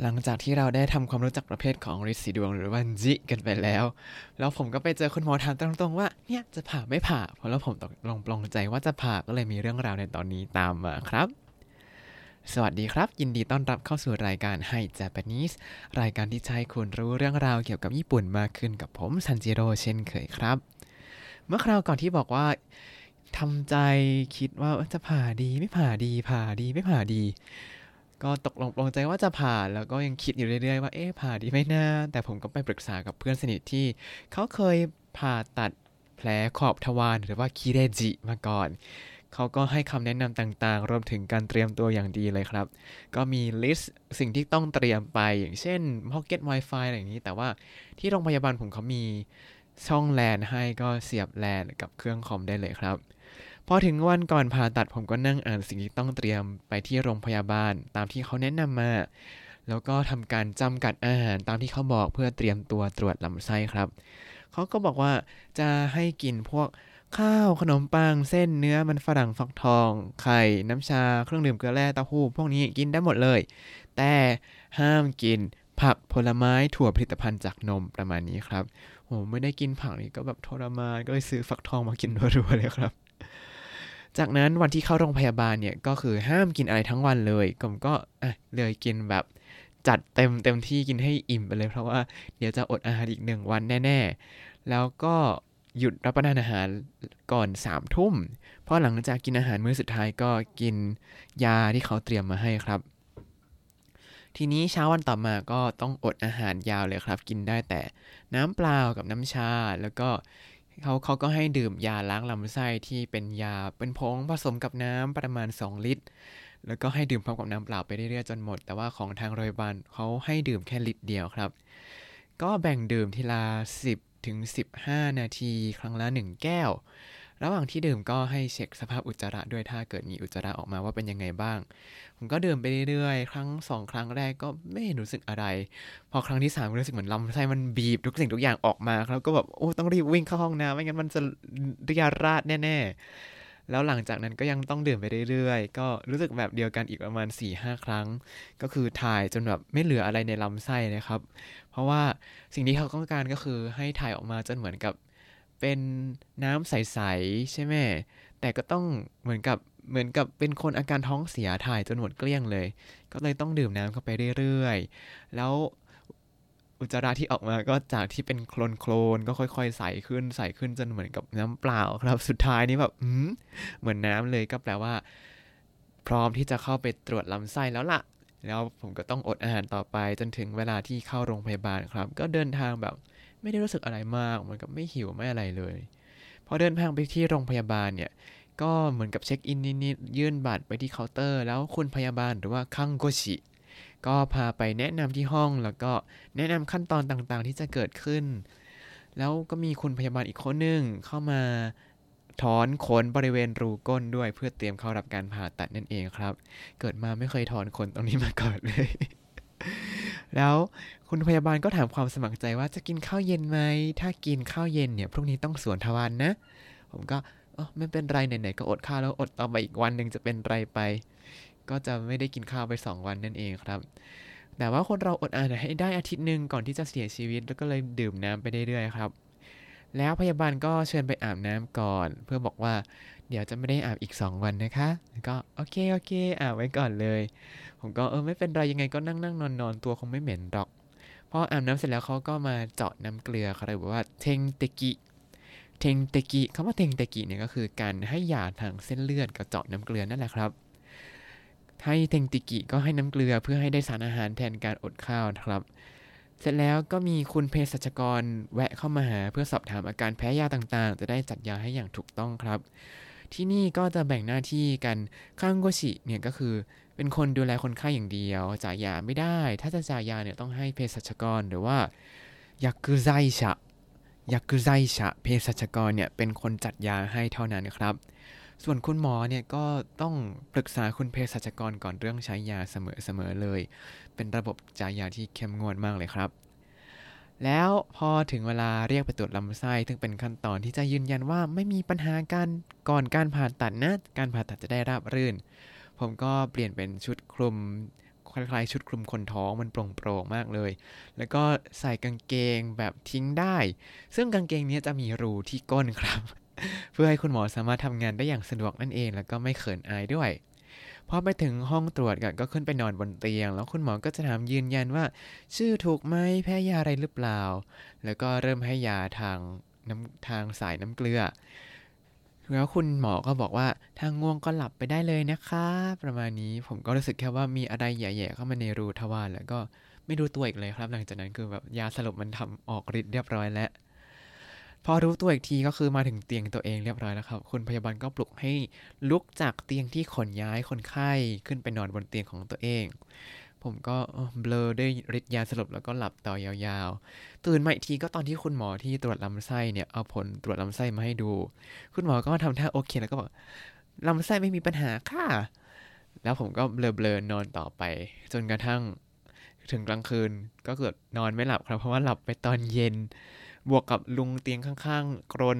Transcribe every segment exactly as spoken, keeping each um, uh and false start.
หลังจากที่เราได้ทำความรู้จักประเภทของฤทธิ์สีดวงหรือว่าจิกันไปแล้วแล้วผมก็ไปเจอคุณหมอถามตรงๆว่าเนี่ยจะผ่าไม่ผ่าเพราะแล้วผมตกลงปลงใจว่าจะผ่าก็เลยมีเรื่องราวในตอนนี้ตามมาครับสวัสดีครับยินดีต้อนรับเข้าสู่รายการ Hi Japanese รายการที่จะให้คุณรู้เรื่องราวเกี่ยวกับญี่ปุ่นมากขึ้นกับผมซันจิโร่เช่นเคยครับเมื่อคราวก่อนที่บอกว่าทำใจคิดว่าจะผ่าดีไม่ผ่าดีผ่าดีไม่ผ่าดีก็ตกลงปลงใจว่าจะผ่าแล้วก็ยังคิดอยู่เรื่อยๆว่าเอ๊ะผ่าดีไหมนะแต่ผมก็ไปปรึกษากับเพื่อนสนิทที่เขาเคยผ่าตัดแผลขอบทวารหรือว่าคิเรจิมาก่อนเขาก็ให้คำแนะนำต่างๆรวมถึงการเตรียมตัวอย่างดีเลยครับก็มีลิสต์สิ่งที่ต้องเตรียมไปอย่างเช่น Pocket Wi-Fi อะไรอย่างนี้แต่ว่าที่โรงพยาบาลผมเขามีช่องแลนให้ก็เสียบแลนกับเครื่องคอมได้เลยครับพอถึงวันก่อนผ่าตัดผมก็นั่งอ่านสิ่งที่ต้องเตรียมไปที่โรงพยาบาลตามที่เขาแนะนำมาแล้วก็ทำการจำกัดอาหารตามที่เขาบอกเพื่อเตรียมตัวตรวจลำไส้ครับเขาก็บอกว่าจะให้กินพวกข้าวขนมปังเส้นเนื้อมันฝรั่งฟักทองไข่น้ำชาเครื่องดื่มเกลือแร่เต้าหู้พวกนี้กินได้หมดเลยแต่ห้ามกินผักผลไม้ถั่วผลิตภัณฑ์จากนมประมาณนี้ครับโหไม่ได้กินผักนี่ก็แบบทรมานก็เลยซื้อฟักทองมากินรัวๆเลยครับจากนั้นวันที่เข้าโรงพยาบาลเนี่ยก็คือห้ามกินอะไรทั้งวันเลยผมก็อ่ะเลยกินแบบจัดเต็มเต็มที่กินให้อิ่มไปเลยเพราะว่าเดี๋ยวจะอดอาหารอีกหนึ่งวันแน่ๆแล้วก็หยุดรับประทานอาหารก่อนสามทุ่มเพราะหลังจากกินอาหารมื้อสุดท้ายก็กินยาที่เขาเตรียมมาให้ครับทีนี้เช้าวันต่อมาก็ต้องอดอาหารยาวเลยครับกินได้แต่น้ำเปล่ากับน้ำชาแล้วก็เขาเขาก็ให้ดื่มยาล้างลำไส้ที่เป็นยาเป็นผงผสมกับน้ำประมาณสองลิตรแล้วก็ให้ดื่มพร้อมกับน้ำเปล่าไปเรื่อยๆจนหมดแต่ว่าของทางโรงพยาบาลเขาให้ดื่มแค่ลิตรเดียวครับก็แบ่งดื่มทีละสิบถึงสิบห้านาทีครั้งละหนึ่งแก้วระหว่างที่ดื่มก็ให้เช็คสภาพอุจจาระด้วยถ้าเกิดมีอุจจาระออกมาว่าเป็นยังไงบ้างผมก็ดื่มไปเรื่อยๆครั้งสองครั้งแรกก็ไม่เห็นรู้สึกอะไรพอครั้งที่สามรู้สึกเหมือนลำไส้มันบีบทุกสิ่งทุกอย่างออกมาแล้วก็แบบโอ้ต้องรีบวิ่งเข้าห้องน้ำไม่งั้นมันจะเรียราดแน่ๆแล้วหลังจากนั้นก็ยังต้องดื่มไปเรื่อยๆก็รู้สึกแบบเดียวกันอีกประมาณสี่ห้าครั้งก็คือถ่ายจนแบบไม่เหลืออะไรในลำไส้เลยครับเพราะว่าสิ่งที่เขาต้องการก็คือให้ถ่ายออกมาจนเหมือนกับเป็นน้ำใสๆใช่ไหมแต่ก็ต้องเหมือนกับเหมือนกับเป็นคนอาการท้องเสียถ่ายจนหมดเกลี้ยงเลยก็เลยต้องดื่มน้ำเข้าไปเรื่อยๆแล้วอุจจาระที่ออกมาก็จากที่เป็นโคลนๆก็ค่อยๆใสขึ้นใสขึ้นจนเหมือนกับน้ำเปล่าครับสุดท้ายนี้แบบอืมเหมือนน้ำเลยก็แปลว่าพร้อมที่จะเข้าไปตรวจลำไส้แล้วล่ะแล้วผมก็ต้องอดอาหารต่อไปจนถึงเวลาที่เข้าโรงพยาบาลครับก็เดินทางแบบไม่ได้รู้สึกอะไรมากเหมือนกับไม่หิวไม่อะไรเลยพอเดินทางไปที่โรงพยาบาลเนี่ยก็เหมือนกับเช็คอินนิดๆยื่นบัตรไปที่เคาน์เตอร์แล้วคุณพยาบาลหรือว่าคังโกชิก็พาไปแนะนำที่ห้องแล้วก็แนะนำขั้นตอนต่างๆที่จะเกิดขึ้นแล้วก็มีคุณพยาบาลอีกคนหนึ่งเข้ามาถอนขนบริเวณรูก้นด้วยเพื่อเตรียมเข้ารับการผ่าตัดนั่นเองครับเกิดมาไม่เคยถอนขนตรงนี้มาก่อนเลยแล้วคุณพยาบาลก็ถามความสมัครใจว่าจะกินข้าวเย็นไหมถ้ากินข้าวเย็นเนี่ยพรุ่งนี้ต้องสวนทวารนะผมก็เออไม่เป็นไรไหนๆก็อดข้าวแล้วอดต่อไปอีกวันหนึ่งจะเป็นไรไปก็จะไม่ได้กินข้าวไปสองวันนั่นเองครับแต่ว่าคนเราอดอาหารให้ได้อาทิตย์หนึ่งก่อนที่จะเสียชีวิตแล้วก็เลยดื่มน้ำไปเรื่อยๆครับแล้วพยาบาลก็เชิญไปอาบน้ำก่อนเพื่อบอกว่าเดี๋ยวจะไม่ได้อาบอีกสองวันนะคะก็โอเคโอเคอาบไว้ก่อนเลยผมก็เออไม่เป็นไรยังไงก็นั่งนั่งนอนนอนตัวคงไม่เหม็นหรอกพออาบน้ำเสร็จแล้วเขาก็มาเจาะน้ำเกลือเขาเรียกว่าเทงเตกิเทงเตกิคำว่าเทงเตกิเนี่ยก็คือการให้ยาทางเส้นเลือดกับเจาะน้ำเกลือนั่นแหละครับให้เทงเตกิก็ให้น้ำเกลือเพื่อให้ได้สารอาหารแทนการอดข้าวครับเสร็จแล้วก็มีคุณเภสัชกรแวะเข้ามาหาเพื่อสอบถามอาการแพ้ยาต่างๆจะได้จัดยาให้อย่างถูกต้องครับที่นี่ก็จะแบ่งหน้าที่กันคังโกชิเนี่ยก็คือเป็นคนดูแลคนไข้อย่างเดียวจ่ายยาไม่ได้ถ้าจะจ่ายยาเนี่ยต้องให้เภสัชกรหรือว่ายักุไซชะยักุไซชะเภสัชกรเนี่ยเป็นคนจัดยาให้เท่านั้นครับส่วนคุณหมอเนี่ยก็ต้องปรึกษาคุณเภสัชกรก่อนเรื่องใช้ยาเสมอๆเลยเป็นระบบจ่ายยาที่เข้มงวดมากเลยครับแล้วพอถึงเวลาเรียกไปตรวจลำไส้ซึ่งเป็นขั้นตอนที่จะยืนยันว่าไม่มีปัญหาการก่อนการผ่าตัดนะการผ่าตัดจะได้ราบรื่นผมก็เปลี่ยนเป็นชุดคลุมคล้ายๆชุดคลุมคนท้องมันโปร่งๆมากเลยแล้วก็ใส่กางเกงแบบทิ้งได้ซึ่งกางเกงนี้จะมีรูที่ก้นครับ เพื่อให้คุณหมอสามารถทำงานได้อย่างสะดวกนั่นเองแล้วก็ไม่เขินอายด้วยพอไปถึงห้องตรวจก็ขึ้นไปนอนบนเตียงแล้วคุณหมอก็จะถามยืนยันว่าชื่อถูกไหมแพ้ยาอะไรหรือเปล่าแล้วก็เริ่มให้ยาทางน้ำทางสายน้ำเกลือแล้วคุณหมอก็บอกว่าถ้าง่วงก็หลับไปได้เลยนะคะประมาณนี้ผมก็รู้สึกแค่ว่ามีอะไรแย่ๆเข้ามาในรูทวารแล้วก็ไม่รู้ตัวอีกเลยครับหลังจากนั้นคือแบบยาสลบมันทำออกฤทธิ์เรียบร้อยแล้วพอรู้ตัวอีกทีก็คือมาถึงเตียงตัวเองเรียบร้อยแล้วครับคุณพยาบาลก็ปลุกให้ลุกจากเตียงที่ขนย้ายคนไข้ขึ้นไปนอนบนเตียงของตัวเองผมก็เบลอด้วยฤทธิ์ยาสลบแล้วก็หลับต่อยาวๆตื่นมาอีกทีก็ตอนที่คุณหมอที่ตรวจลำไส้เนี่ยเอาผลตรวจลำไส้มาให้ดูคุณหมอก็มาทำท่าโอเคแล้วก็บอกลำไส้ไม่มีปัญหาค่ะแล้วผมก็เบลอๆนอนต่อไปจนกระทั่งถึงกลางคืนก็เกิดนอนไม่หลับครับเพราะว่าหลับไปตอนเย็นบวกกับลุงเตียงข้างๆกรน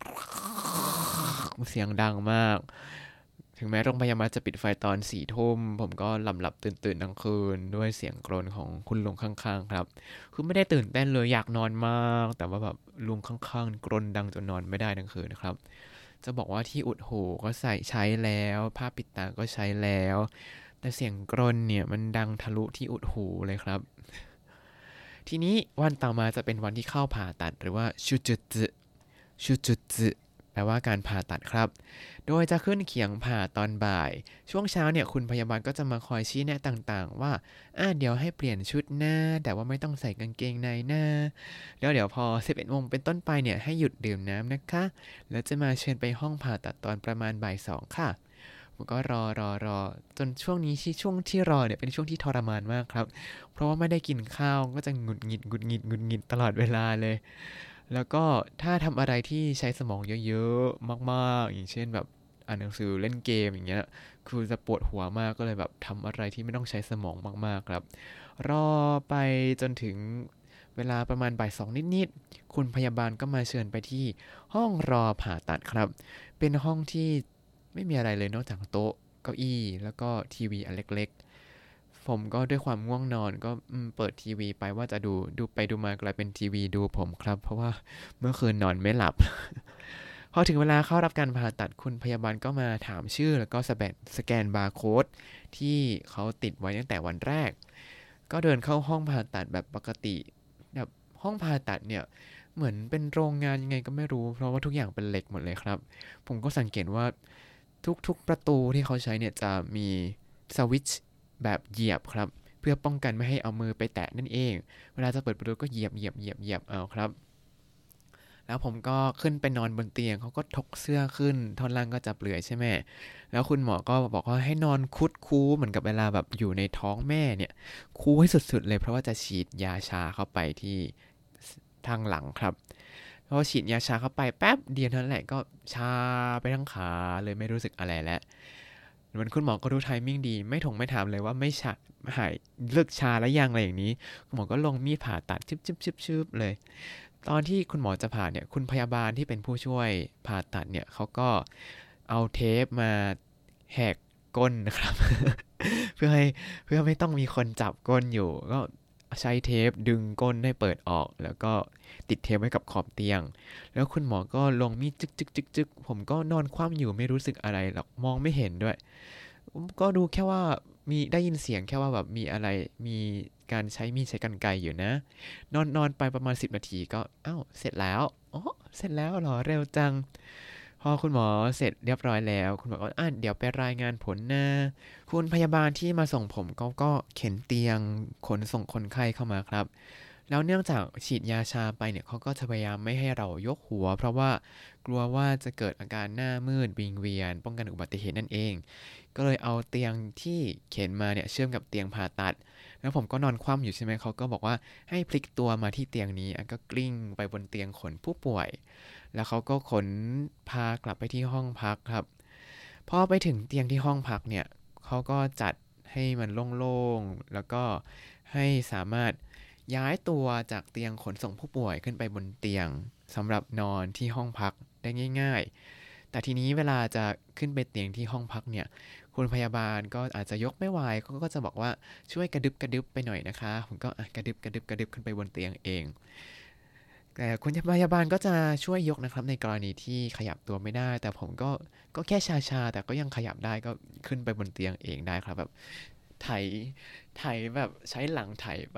เสียงดังมากถึงแม้โรงพยาบาลจะปิดไฟตอนสี่ทุ่มผมก็หลับหลับตื่นตื่นทั้งคืนด้วยเสียงกรนของคุณลุงข้างๆครับคือไม่ได้ตื่นเต้นเลยอยากนอนมากแต่ว่าแบบลุงข้างๆกรนดังจนนอนไม่ได้ทั้งคืนนะครับจะบอกว่าที่อุดหูก็ใส่ใช้แล้วผ้าปิดตาก็ใช้แล้วแต่เสียงกรนเนี่ยมันดังทะลุที่อุดหูเลยครับทีนี้วันต่อมาจะเป็นวันที่เข้าผ่าตัดหรือว่าชูจุจึชูจุจึแปลว่าการผ่าตัดครับโดยจะขึ้นเขียงผ่าตอนบ่ายช่วงเช้าเนี่ยคุณพยาบาลก็จะมาคอยชี้แนะต่างๆว่าอ่าเดี๋ยวให้เปลี่ยนชุดหน้าแต่ว่าไม่ต้องใส่กางเกงในหน้าแล้วเดี๋ยวพอสิบเอ็ดโมงเป็นต้นไปเนี่ยให้หยุดดื่มน้ำนะคะแล้วจะมาเชิญไปห้องผ่าตัดตอนประมาณบ่ายสองค่ะผมก็รอรอรอจนช่วงนี้ที่ช่วงที่รอเนี่ยเป็นช่วงที่ทรมานมากครับเพราะว่าไม่ได้กินข้าวก็จะหงุดหงิดหงุดหงิดหงุดหงิดตลอดเวลาเลยแล้วก็ถ้าทำอะไรที่ใช้สมองเยอะๆมากๆอย่างเช่นแบบอ่านหนังสือเล่นเกมอย่างเงี้ยคือจะปวดหัวมากก็เลยแบบทำอะไรที่ไม่ต้องใช้สมองมากๆครับรอไปจนถึงเวลาประมาณบ่ายสองนิดๆคุณพยาบาลก็มาเชิญไปที่ห้องรอผ่าตัดครับเป็นห้องที่ไม่มีอะไรเลยนอกจากโต๊ะเก้าอี้แล้วก็ทีวีอันเล็กๆผมก็ด้วยความง่วงนอนก็เปิดทีวีไปว่าจะดูดูไปดูมากลายเป็นทีวีดูผมครับเพราะว่าเมื่อคืนนอนไม่หลับ พอถึงเวลาเข้ารับการผ่าตัดคุณพยาบาลก็มาถามชื่อแล้วก็สแกนสแกนบาร์โค้ดที่เขาติดไว้ตั้งแต่วันแรกก็เดินเข้าห้องผ่าตัดแบบปกติแบบห้องผ่าตัดเนี่ยเหมือนเป็นโรงงานยังไงก็ไม่รู้เพราะว่าทุกอย่างเป็นเหล็กหมดเลยครับผมก็สังเกตว่าทุกๆประตูที่เขาใช้เนี่ยจะมีสวิตช์แบบเหยียบครับเพื่อป้องกันไม่ให้เอามือไปแตะนั่นเองเวลาจะเปิดประตูก็เหยียบเหยียบเหยียบเหยียบเอาครับแล้วผมก็ขึ้นไปนอนบนเตียงเขาก็ถกเสื้อขึ้นท่อนล่างก็จะเปลือยใช่ไหมแล้วคุณหมอก็บอกว่าให้นอนคุดคู้เหมือนกับเวลาแบบอยู่ในท้องแม่เนี่ยคู้ให้สุดๆเลยเพราะว่าจะฉีดยาชาเข้าไปที่ทางหลังครับพอฉีดยาชาเข้าไปแป๊บเดียวเท่านั้นแหละก็ชาไปทั้งขาเลยไม่รู้สึกอะไรแล้วเหมือนคุณหมอก็รู้ไทมิ่งดีไม่ถงไม่ถามเลยว่าไม่ชาหายเลิกชาแล้วยังอะไรอย่างนี้คุณหมอก็ลงมีดผ่าตัดชึบชึบชึบชึบเลย ตอนที่คุณหมอจะผ่าเนี่ยคุณพยาบาลที่เป็นผู้ช่วยผ่าตัดเนี่ยเขาก็เอาเทปมาแหกก้นนะครับ เพื่อให้เพื่อไม่ต้องมีคนจับก้นอยู่ก็ใช้เทปดึงก้นให้เปิดออกแล้วก็ติดเทปไว้กับขอบเตียงแล้วคุณหมอก็ลงมีดจึกจึกจึกจึกผมก็นอนคว่ำอยู่ไม่รู้สึกอะไรหรอกมองไม่เห็นด้วยก็ดูแค่ว่ามีได้ยินเสียงแค่ว่าแบบมีอะไรมีการใช้มีดใช้กรรไกรอยู่นะ นอนนอนไปประมาณสิบนาทีก็อ้าวเสร็จแล้วอ๋อเสร็จแล้วเหรอเร็วจังพอคุณหมอเสร็จเรียบร้อยแล้วคุณหมอก็อ่ะเดี๋ยวไปรายงานผลนะคุณพยาบาลที่มาส่งผมก็ก็เข็นเตียงขนส่งคนไข้เข้ามาครับแล้วเนื่องจากฉีดยาชาไปเนี่ยเขาก็จะพยายามไม่ให้เรายกหัวเพราะว่ากลัวว่าจะเกิดอาการหน้ามืดวิงเวียนป้องกันอุบัติเหตุนั่นเองก็เลยเอาเตียงที่เข็นมาเนี่ยเชื่อมกับเตียงผ่าตัดแล้วผมก็นอนคว่ำอยู่ใช่ไหมเขาก็บอกว่าให้พลิกตัวมาที่เตียงนี้ก็กลิ้งไปบนเตียงขนผู้ป่วยแล้วเขาก็ขนพากลับไปที่ห้องพักครับพอไปถึงเตียงที่ห้องพักเนี่ยเขาก็จัดให้มันโล่งๆแล้วก็ให้สามารถย้ายตัวจากเตียงขนส่งผู้ป่วยขึ้นไปบนเตียงสำหรับนอนที่ห้องพักได้ง่ายๆแต่ทีนี้เวลาจะขึ้นไปเตียงที่ห้องพักเนี่ยคุณพยาบาลก็อาจจะยกไม่ไหวเขาก็จะบอกว่าช่วยกระดึบกระดึบไปหน่อยนะคะผมก็กระดึบกระดึบกระดึบขึ้นไปบนเตียงเองแต่คุณพยาบาลก็จะช่วยยกนะครับในกรณีที่ขยับตัวไม่ได้แต่ผมก็ก็แค่ชาๆแต่ก็ยังขยับได้ก็ขึ้นไปบนเตียงเองได้ครับแบบไถไถแบบใช้หลังไถไป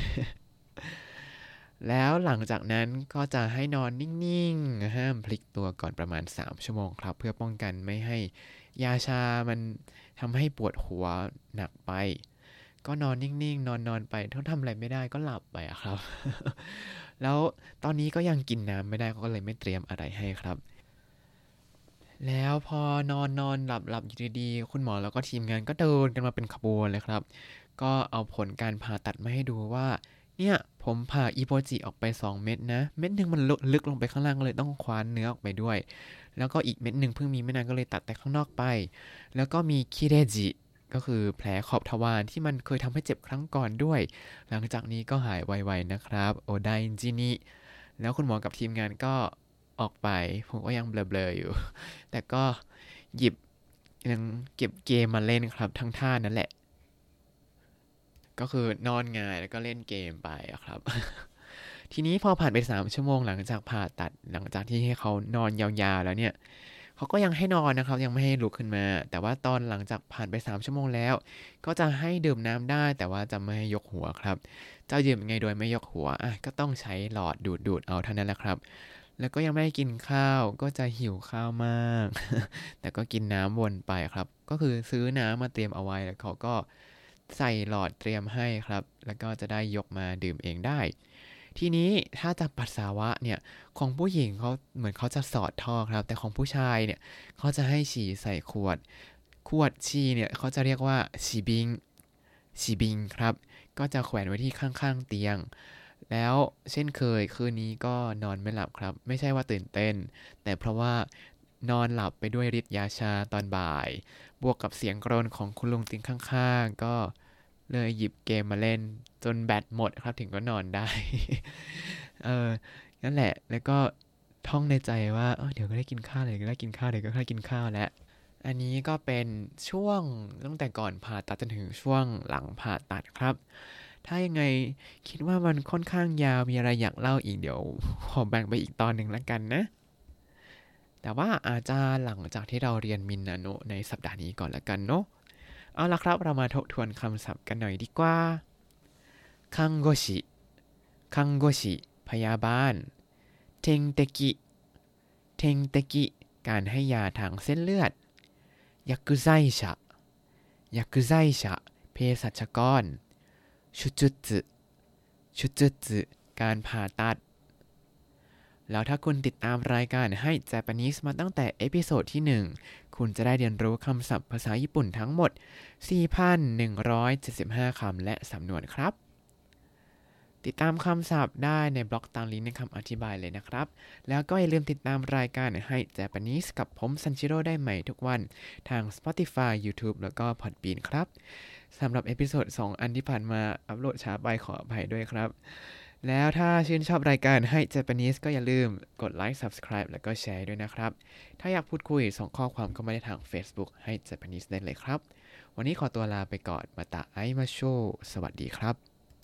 แล้วหลังจากนั้นก็จะให้นอนนิ่งๆห้ามพลิกตัวก่อนประมาณสามชั่วโมงครับเพื่อป้องกันไม่ให้ยาชามันทำให้ปวดหัวหนักไปก็นอนนิ่งๆนอนๆไปถ้าทำอะไรไม่ได้ก็หลับไปอะครับ แล้วตอนนี้ก็ยังกินน้ำไม่ได้ก็เลยไม่เตรียมอะไรให้ครับแล้วพอนอนนอนหลับหลับอยู่ดีๆคุณหมอแล้วก็ทีมงานก็เดินกันมาเป็นขบวนเลยครับก็เอาผลการผ่าตัดมาให้ดูว่าเนี่ยผมผ่าอีโปจิออกไปสองเม็ดนะเม็ดหนึ่งมันลึกลงไปข้างล่างก็เลยต้องคว้านเนื้อออกไปด้วยแล้วก็อีกเม็ดหนึ่งเพิ่งมีไม่นานก็เลยตัดแต่ข้างนอกไปแล้วก็มีคิเรจิก็คือแผลขอบทวารที่มันเคยทำให้เจ็บครั้งก่อนด้วยหลังจากนี้ก็หายไวๆนะครับโอไดจินิแล้วคุณหมอกับทีมงานก็ออกไปผมก็ยังเบลอๆอยู่แต่ก็หยิบยังเก็บเกมมาเล่นครับทั้งท่านั่นแหละก็คือนอนหงายแล้วก็เล่นเกมไปอะครับ ทีนี้พอผ่านไปสามชั่วโมงหลังจากผ่าตัดหลังจากที่ให้เขานอนยาวๆแล้วเนี่ยเขาก็ยังให้นอนนะครับยังไม่ให้ลุกขึ้นมาแต่ว่าตอนหลังจากผ่านไปสามชั่วโมงแล้วก็จะให้ดื่มน้ำได้แต่ว่าจะไม่ให้ยกหัวครับจะดื่มยังไงโดยไม่ยกหัวอ่ะก็ต้องใช้หลอดดูดดูดเอาเท่านั้นแหละครับแล้วก็ยังไม่ได้กินข้าวก็จะหิวข้าวมาก แต่ก็กินน้ำวนไปครับก็คือซื้อน้ำมาเตรียมเอาไว้แล้วเขาก็ใส่หลอดเตรียมให้ครับแล้วก็จะได้ยกมาดื่มเองได้ทีนี้ถ้าจะปัสสาวะเนี่ยของผู้หญิงเขาเหมือนเขาจะสอดท่อครับแต่ของผู้ชายเนี่ยเขาจะให้ฉี่ใส่ขวดขวดฉี่เนี่ยเขาจะเรียกว่าฉี่บิงฉี่บิงครับก็จะแขวนไว้ที่ข้างๆเตียงแล้วเช่นเคยคืนนี้ก็นอนไม่หลับครับไม่ใช่ว่าตื่นเต้นแต่เพราะว่านอนหลับไปด้วยฤทธิ์ยาชาตอนบ่ายบวกกับเสียงกรนของคุณลุงเตียงข้างๆก็เลยหยิบเกมมาเล่นจนแบตหมดครับถึงก็นอนได้ เออนั่นแหละแล้วก็ท่องในใจว่าเออเดี๋ยวก็ได้กินข้าวเดี๋ยวก็ได้กินข้าวเดี๋ยวก็ได้กินข้าวแล้วอันนี้ก็เป็นช่วงตั้งแต่ก่อนผ่าตัดจนถึงช่วงหลังผ่าตัดครับถ้ายังไงคิดว่ามันค่อนข้างยาวมีอะไรอยากเล่าอีกเดี๋ยวขอแบ่งไปอีกตอนหนึ่งแล้วกันนะแต่ว่าอาจจะหลังจากที่เราเรียนมินนาโนะในสัปดาห์นี้ก่อนแล้วกันเนาะเอาละครับเรามาทบทวนคำศัพท์กันหน่อยดีกว่าคังโกชิคังโกชิพยาบาลเทงเตกิเทงเตกิการให้ยาทางเส้นเลือดยากุไซชะยากุไซชะเภสัชกรชุจุสึชุจุสึการผ่าตัดแล้วถ้าคุณติดตามรายการให้ Japanese มาตั้งแต่เอพิโซดที่หนึ่งคุณจะได้เรียนรู้คำศัพท์ภาษาญี่ปุ่นทั้งหมด สี่พันหนึ่งร้อยเจ็ดสิบห้า คำและสำนวนครับติดตามคำศัพท์ได้ในบล็อกตามลิงก์ในคำอธิบายเลยนะครับแล้วก็อย่าลืมติดตามรายการให้ Japanese กับผมซันจิโร่ได้ใหม่ทุกวันทาง Spotify YouTube แล้วก็ Podbean ครับสำหรับเอพิโซดสองอันที่ผ่านมาอัปโหลดช้าไปขออภัยด้วยครับแล้วถ้าชื่นชอบรายการให้ Japanese ก็อย่าลืมกดไลค์ Subscribe แล้วก็แชร์ด้วยนะครับถ้าอยากพูดคุยส่งข้อความเข้ามาได้ทาง Facebook ให้ Japanese ได้เลยครับวันนี้ขอตัวลาไปก่อนมาตะไอมาโชสวัสดีครับ